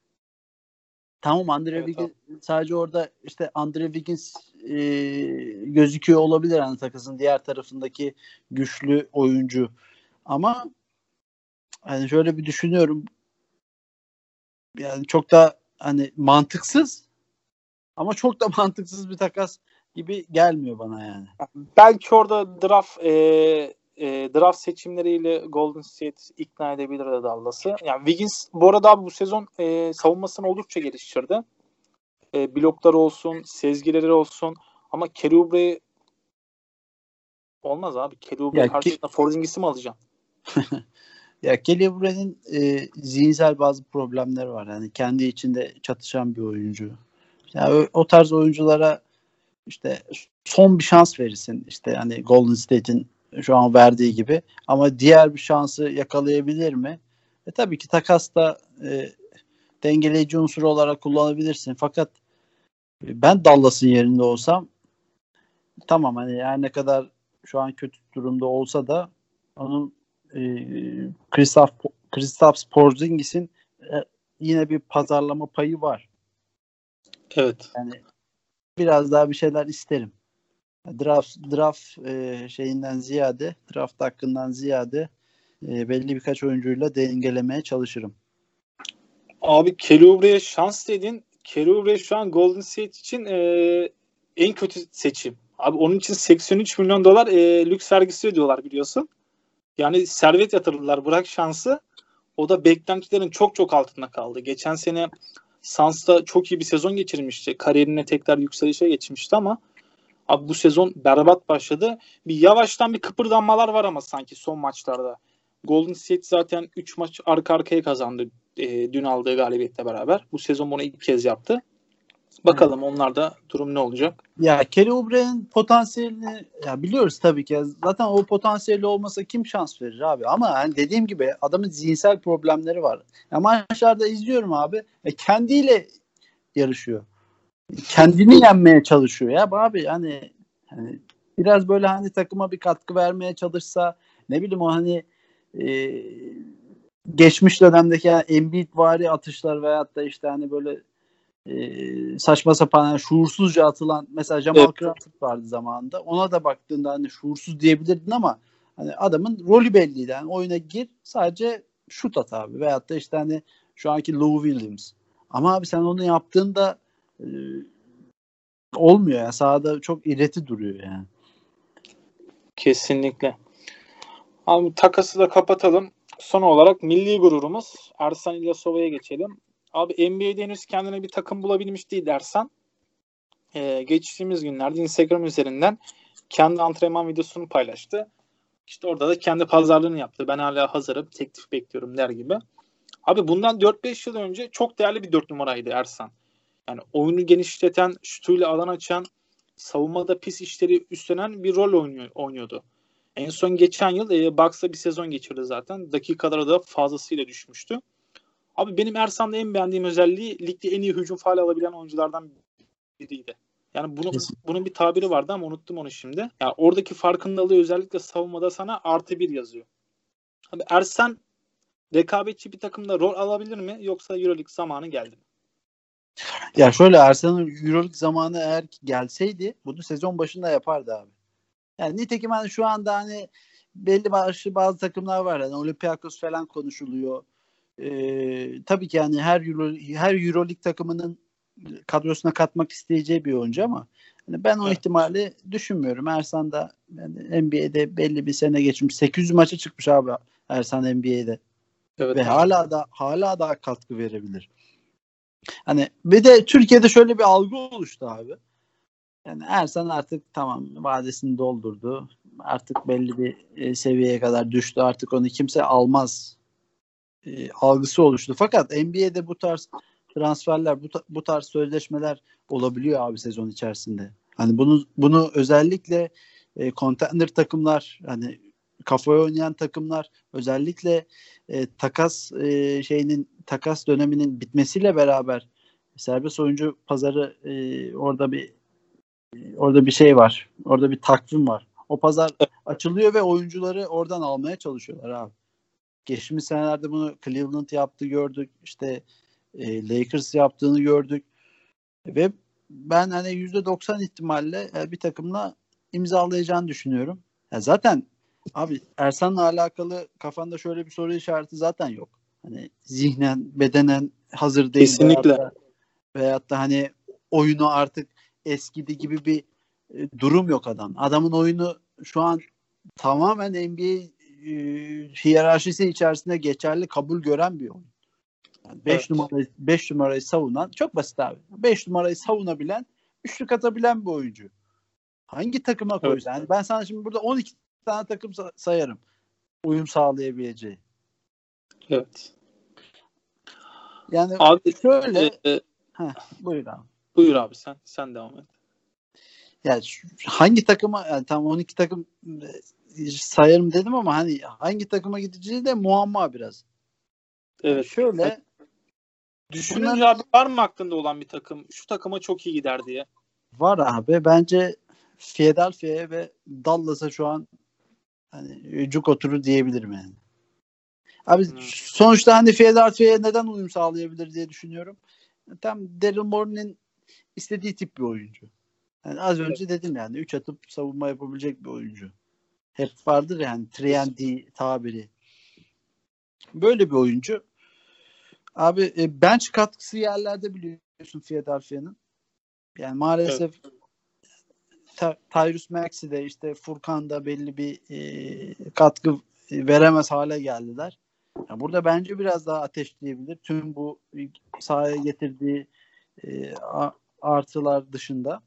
C: Tamam Andre
B: Evet abi.
C: Wiggins sadece orada işte Andre Wiggins gözüküyor olabilir hani takasın diğer tarafındaki güçlü oyuncu. Ama hani şöyle bir düşünüyorum yani çok da hani mantıksız ama çok da mantıksız bir takas gibi gelmiyor bana yani.
B: Belki orada draft seçimleriyle Golden State ikna edebilir de Dallas'ı. Yani Wiggins bu arada abi bu sezon savunmasını oldukça geliştirdi. Blokları olsun, sezgileri olsun. Ama Kelly Oubre olmaz abi. Kelly Oubre'nin
C: Ya
B: karşısında Porzingis'i mi alacaksın?
C: Ya Kelly Oubre'nin zihinsel bazı problemleri var. Yani kendi içinde çatışan bir oyuncu. Ya o tarz oyunculara işte son bir şans verirsin. İşte yani Golden State'in şu an verdiği gibi. Ama diğer bir şansı yakalayabilir mi? Tabii ki takasta dengeleyici unsur olarak kullanabilirsin. Fakat ben Dallas'ın yerinde olsam tamam hani her ne kadar şu an kötü durumda olsa da onun Kristaps Porzingis'in yine bir pazarlama payı var.
B: Evet.
C: Yani biraz daha bir şeyler isterim. Draft şeyinden ziyade, draft hakkından ziyade belli birkaç oyuncuyla dengelemeye çalışırım.
B: Abi Kelly Oubre'ye şans dedin. Kelly Oubre şu an Golden State için en kötü seçim. Abi onun için 83 milyon dolar lüks vergisi ödüyorlar biliyorsun. Yani servet yatırdılar, bırak şansı. O da beklentilerin çok çok altında kaldı. Geçen sene Suns'ta çok iyi bir sezon geçirmişti. Kariyerine tekrar yükselişe geçmişti ama abi bu sezon berbat başladı. Bir yavaştan bir kıpırdanmalar var ama sanki son maçlarda. Golden State zaten 3 maç arka arkaya kazandı dün aldığı galibiyetle beraber. Bu sezon bunu ilk kez yaptı. Bakalım onlarda durum ne olacak?
C: Ya Kelly Oubre'nin potansiyelini ya biliyoruz tabii ki. Zaten o potansiyeli olmasa kim şans verir abi? Ama hani dediğim gibi adamın zihinsel problemleri var. Ya maçlarda izliyorum abi. Kendiyle yarışıyor. Kendini yenmeye çalışıyor ya abi hani biraz böyle hani takıma bir katkı vermeye çalışsa ne bileyim o hani e, geçmiş dönemdeki yani Embiid-vari atışlar veyahut da işte hani böyle saçma sapan yani şuursuzca atılan mesela Jamal
B: Evet.
C: Crawford vardı zamanında. Ona da baktığında hani şuursuz diyebilirdin ama hani adamın rolü belliydi. Yani oyuna gir sadece şut at abi. Veyahut da işte hani şu anki Lou Williams. Ama abi sen onu yaptığında olmuyor ya. Sahada çok ireti duruyor yani.
B: Kesinlikle. Abi takası da kapatalım. Son olarak milli gururumuz Ersan İlyasova'ya geçelim. Abi NBA'de henüz kendine bir takım bulabilmiş değil Ersan. Geçtiğimiz günlerde Instagram üzerinden kendi antrenman videosunu paylaştı. İşte orada da kendi pazarlığını yaptı. Ben hala hazırım, teklif bekliyorum der gibi. Abi bundan 4-5 yıl önce çok değerli bir 4 numaraydı Ersan. Yani oyunu genişleten, şutuyla alan açan, savunmada pis işleri üstlenen bir rol oynuyordu. En son geçen yıl Bucks'ta bir sezon geçirdi zaten. Dakikalara da fazlasıyla düşmüştü. Abi benim Ersan'da en beğendiğim özelliği ligde en iyi hücum faali alabilen oyunculardan biriydi. Yani bunun bir tabiri vardı ama unuttum onu şimdi. Yani oradaki farkındalığı özellikle savunmada sana +1 yazıyor. Abi Ersan rekabetçi bir takımda rol alabilir mi yoksa EuroLeague zamanı geldi mi?
C: Ya şöyle Arsenal'ın Euroleague zamanı eğer ki gelseydi bunu sezon başında yapardı abi. Yani nitekim hani şu anda hani belli başlı bazı takımlar var. Hani Olympiakos falan konuşuluyor. Tabii ki yani her Euroleague takımının kadrosuna katmak isteyeceği bir oyuncu ama hani ben o
B: Evet.
C: ihtimali düşünmüyorum. Ersan da yani NBA'de belli bir sene geçmiş. 800 maça çıkmış abi Ersan NBA'de.
B: Evet
C: Ve
B: abi.
C: hala da katkı verebilir. Hani bir de Türkiye'de şöyle bir algı oluştu abi. Yani Ersan artık tamam vadesini doldurdu. Artık belli bir seviyeye kadar düştü. Artık onu kimse almaz algısı oluştu. Fakat NBA'de bu tarz transferler, bu tarz sözleşmeler olabiliyor abi sezon içerisinde. Hani bunu özellikle contender takımlar, hani kafaya oynayan takımlar, özellikle takas döneminin bitmesiyle beraber serbest oyuncu pazarı orada bir şey var. Orada bir takvim var. O pazar açılıyor ve oyuncuları oradan almaya çalışıyorlar abi. Geçmiş senelerde bunu Cleveland yaptı gördük. İşte Lakers yaptığını gördük. Ve ben hani %90 ihtimalle bir takımla imzalayacağını düşünüyorum. Ya zaten abi Ersan'la alakalı kafanda şöyle bir soru işareti zaten yok. Hani zihnen, bedenen hazır değil
B: Kesinlikle.
C: veyahut da hani oyunu artık eskidi gibi bir durum yok adam. Adamın oyunu şu an tamamen NBA hiyerarşisi içerisinde geçerli, kabul gören bir oyun. Yani 5 numarayı savunan çok basit abi. 5 numarayı savunabilen, üçlük atabilen bir oyuncu. Hangi takıma koysan? Yani ben sana şimdi burada 12 tane takım sayarım. Uyum sağlayabileceği.
B: Evet.
C: Yani
B: Abi
C: şöyle buyur abi.
B: Buyur abi sen devam et.
C: Yani hangi takıma yani tam 12 takım sayarım dedim ama hani hangi takıma gideceği de muamma biraz.
B: Evet.
C: Yani şöyle
B: düşününce abi var mı hakkında olan bir takım? Şu takıma çok iyi gider diye.
C: Var abi. Bence Philadelphia'ya ve Dallas'a şu an hani cuk oturur diyebilirim yani. Abi sonuçta hani Philadelphia'ya neden uyum sağlayabilir diye düşünüyorum. Tam Daryl Morey'nin istediği tip bir oyuncu. Yani az önce dedim yani 3 atıp savunma yapabilecek bir oyuncu. Hep vardır yani 3&D tabiri. Böyle bir oyuncu. Abi bench katkısı yerlerde biliyorsun Philadelphia'nın. Yani maalesef Tyrese Maxey de işte Furkan da belli bir katkı veremez hale geldiler. Yani burada bence biraz daha ateşleyebilir. Tüm bu sahaya getirdiği artılar dışında.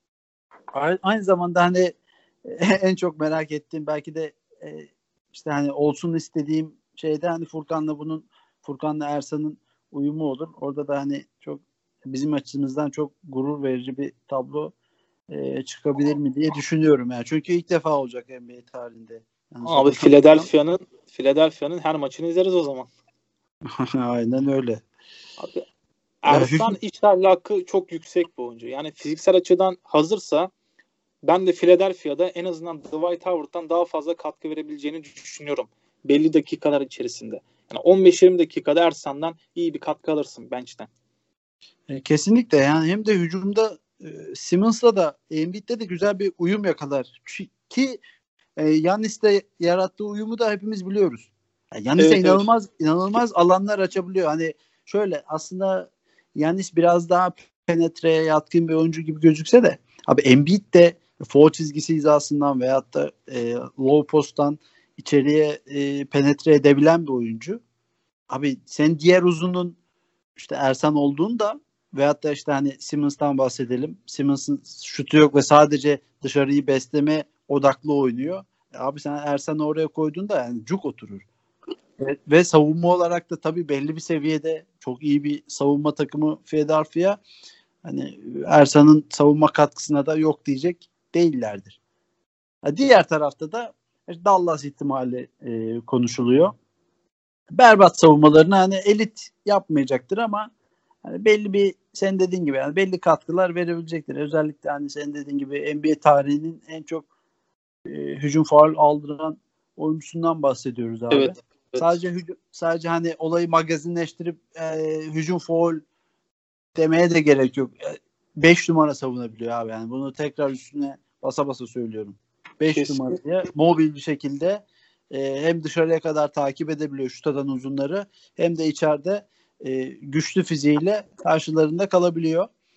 C: Aynı zamanda hani en çok merak ettiğim belki de işte hani olsun istediğim şeyde hani Furkan'la Ersan'ın uyumu olur. Orada da hani çok bizim açımızdan çok gurur verici bir tablo çıkabilir mi diye düşünüyorum yani. Çünkü ilk defa olacak NBA tarihinde.
B: Abi Philadelphia'nın her maçını izleriz o zaman.
C: Aynen öyle.
B: Abi Ersan iş ahlakı çok yüksek bir oyuncu. Yani fiziksel açıdan hazırsa ben de Philadelphia'da en azından Dwight Howard'dan daha fazla katkı verebileceğini düşünüyorum. Belli dakikalar içerisinde. Yani 15-20 dakikada Ersan'dan iyi bir katkı alırsın bench'ten.
C: Kesinlikle yani hem de hücumda Simmons'la da Embiid'de de güzel bir uyum yakalar. Ki Giannis'te yarattığı uyumu da hepimiz biliyoruz. Yani Giannis'e inanılmaz alanlar açabiliyor. Hani şöyle aslında Giannis biraz daha penetreye yatkın bir oyuncu gibi gözükse de abi Embiid de foul çizgisi hizasından veyahut da low post'tan içeriye penetre edebilen bir oyuncu. Abi sen diğer uzunun işte Ersan olduğunda veyahut da işte hani Simmons'tan bahsedelim. Simmons'ın şutu yok ve sadece dışarıyı besleme odaklı oynuyor. Abi sen Ersan'ı oraya koyduğunda yani cuk oturur. Evet. Ve savunma olarak da tabii belli bir seviyede çok iyi bir savunma takımı Philadelphia. Hani Ersan'ın savunma katkısına da yok diyecek değillerdir. Diğer tarafta da Dallas ihtimali konuşuluyor. Berbat savunmalarını hani elit yapmayacaktır ama hani belli bir sen dediğin gibi yani belli katkılar verebilecektir. Özellikle hani sen dediğin gibi NBA tarihinin en çok hücum faul aldıran oyuncusundan bahsediyoruz abi.
B: Evet.
C: Sadece hani olayı magazinleştirip hücum faul demeye de gerek yok. 5 numara savunabiliyor abi yani bunu tekrar üstüne basa basa söylüyorum. 5 numaraya mobil bir şekilde hem dışarıya kadar takip edebiliyor şut atan uzunları hem de içeride güçlü fiziğiyle karşılarında kalabiliyor.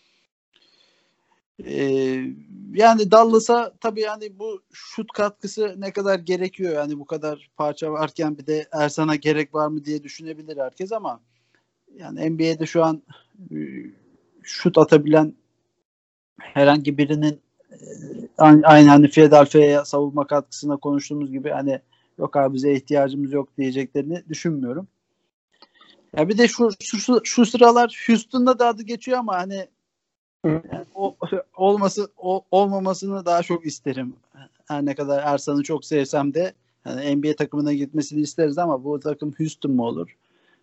C: Yani Dallas'a tabii yani bu şut katkısı ne kadar gerekiyor, yani bu kadar parça varken bir de Ersan'a gerek var mı diye düşünebilir herkes, ama yani NBA'de şu an şut atabilen herhangi birinin aynı hani Philadelphia'ya savunma katkısına konuştuğumuz gibi hani yok abi bize ihtiyacımız yok diyeceklerini düşünmüyorum. Ya bir de şu sıralar Houston'da da adı geçiyor ama hani yani olmamasını daha çok isterim. Her ne kadar Ersan'ı çok sevsem de yani NBA takımına gitmesini isteriz ama bu takım Houston mu olur?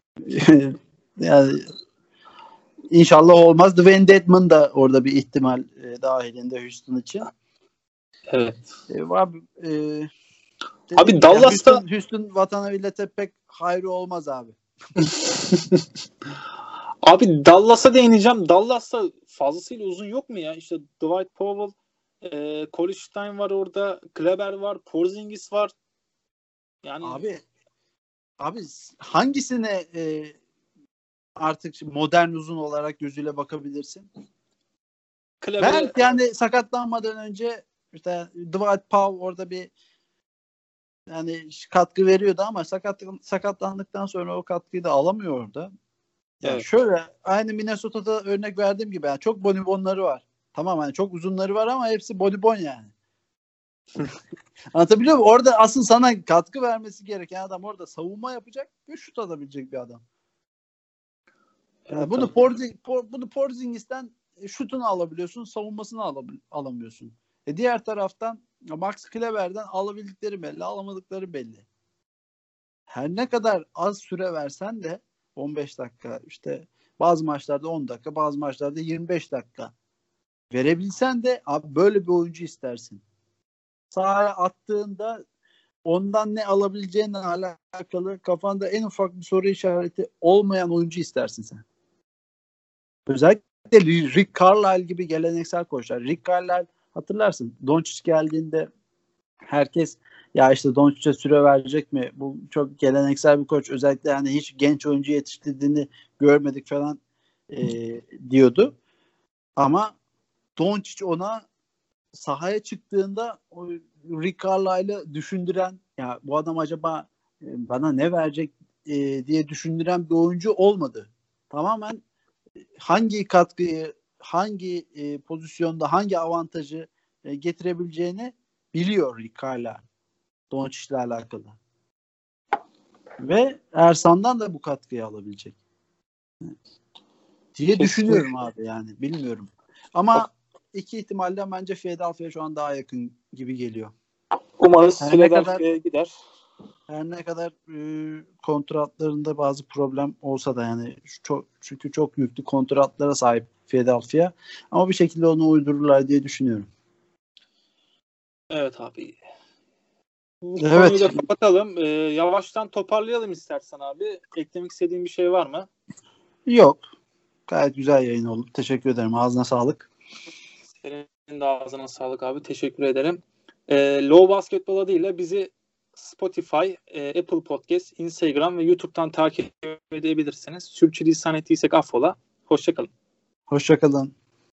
C: Yani İnşallah olmaz. Dwayne Dedmon da orada bir ihtimal dahilinde Houston için.
B: Evet.
C: Abi
B: Dallas'ta
C: Houston vatana millete pek hayrı olmaz abi.
B: Abi Dallas'a değineceğim. Dallas'ta fazlasıyla uzun yok mu ya? İşte Dwight Powell, Colistein var orada, Kleber var, Porzingis var. Yani
C: abi hangisine artık modern uzun olarak gözüyle bakabilirsin? Ben yani sakatlanmadan önce işte Dwight Powell orada bir yani katkı veriyordu ama sakatlandıktan sonra o katkıyı da alamıyor orada. Yani evet. Şöyle aynı Minnesota'da örnek verdiğim gibi yani çok bonibonları var. Tamam yani çok uzunları var ama hepsi bonibon yani. Anlatabiliyor muyum? Orada asıl sana katkı vermesi gereken adam orada savunma yapacak ve şut atabilecek bir adam. Yani evet, bunu Porzingis'ten şutunu alabiliyorsun, savunmasını alamıyorsun. Diğer taraftan Max Kleber'den alabildikleri belli, alamadıkları belli. Her ne kadar az süre versen de 15 dakika işte bazı maçlarda 10 dakika, bazı maçlarda 25 dakika verebilsen de abi böyle bir oyuncu istersin. Sahaya attığında ondan ne alabileceğinle alakalı kafanda en ufak bir soru işareti olmayan oyuncu istersin sen. Özellikle Rick Carlisle gibi geleneksel koçlar. Rick Carlisle hatırlarsın. Doncic geldiğinde herkes ya işte Doncic'e süre verecek mi? Bu çok geleneksel bir koç. Özellikle yani hiç genç oyuncu yetiştirdiğini görmedik falan diyordu. Ama Doncic ona sahaya çıktığında o Rick Carlisle'ı düşündüren ya bu adam acaba bana ne verecek diye düşündüren bir oyuncu olmadı. Tamamen hangi katkıyı, hangi pozisyonda, hangi avantajı getirebileceğini biliyor Rick Carlisle. Doncic'le alakalı. Ve Ersan'dan da bu katkıyı alabilecek. Diye düşünüyorum abi yani. Bilmiyorum. Ama iki ihtimalden bence Philadelphia şu an daha yakın gibi geliyor.
B: Umarız Philadelphia'ya gider.
C: Her ne kadar kontratlarında bazı problem olsa da yani çünkü çok yüklü kontratlara sahip Philadelphia. Ama bir şekilde onu uydururlar diye düşünüyorum.
B: Evet abi. Konuyu da kapatalım. Yavaştan toparlayalım istersen abi. Eklemek istediğin bir şey var mı?
C: Yok. Gayet güzel yayın oldu. Teşekkür ederim. Ağzına sağlık.
B: Senin de ağzına sağlık abi. Teşekkür ederim. Low Basketball adıyla bizi Spotify, Apple Podcast, Instagram ve YouTube'dan takip edebilirsiniz. Sürçülisan ettiysek affola. Hoşçakalın.
C: Hoşçakalın.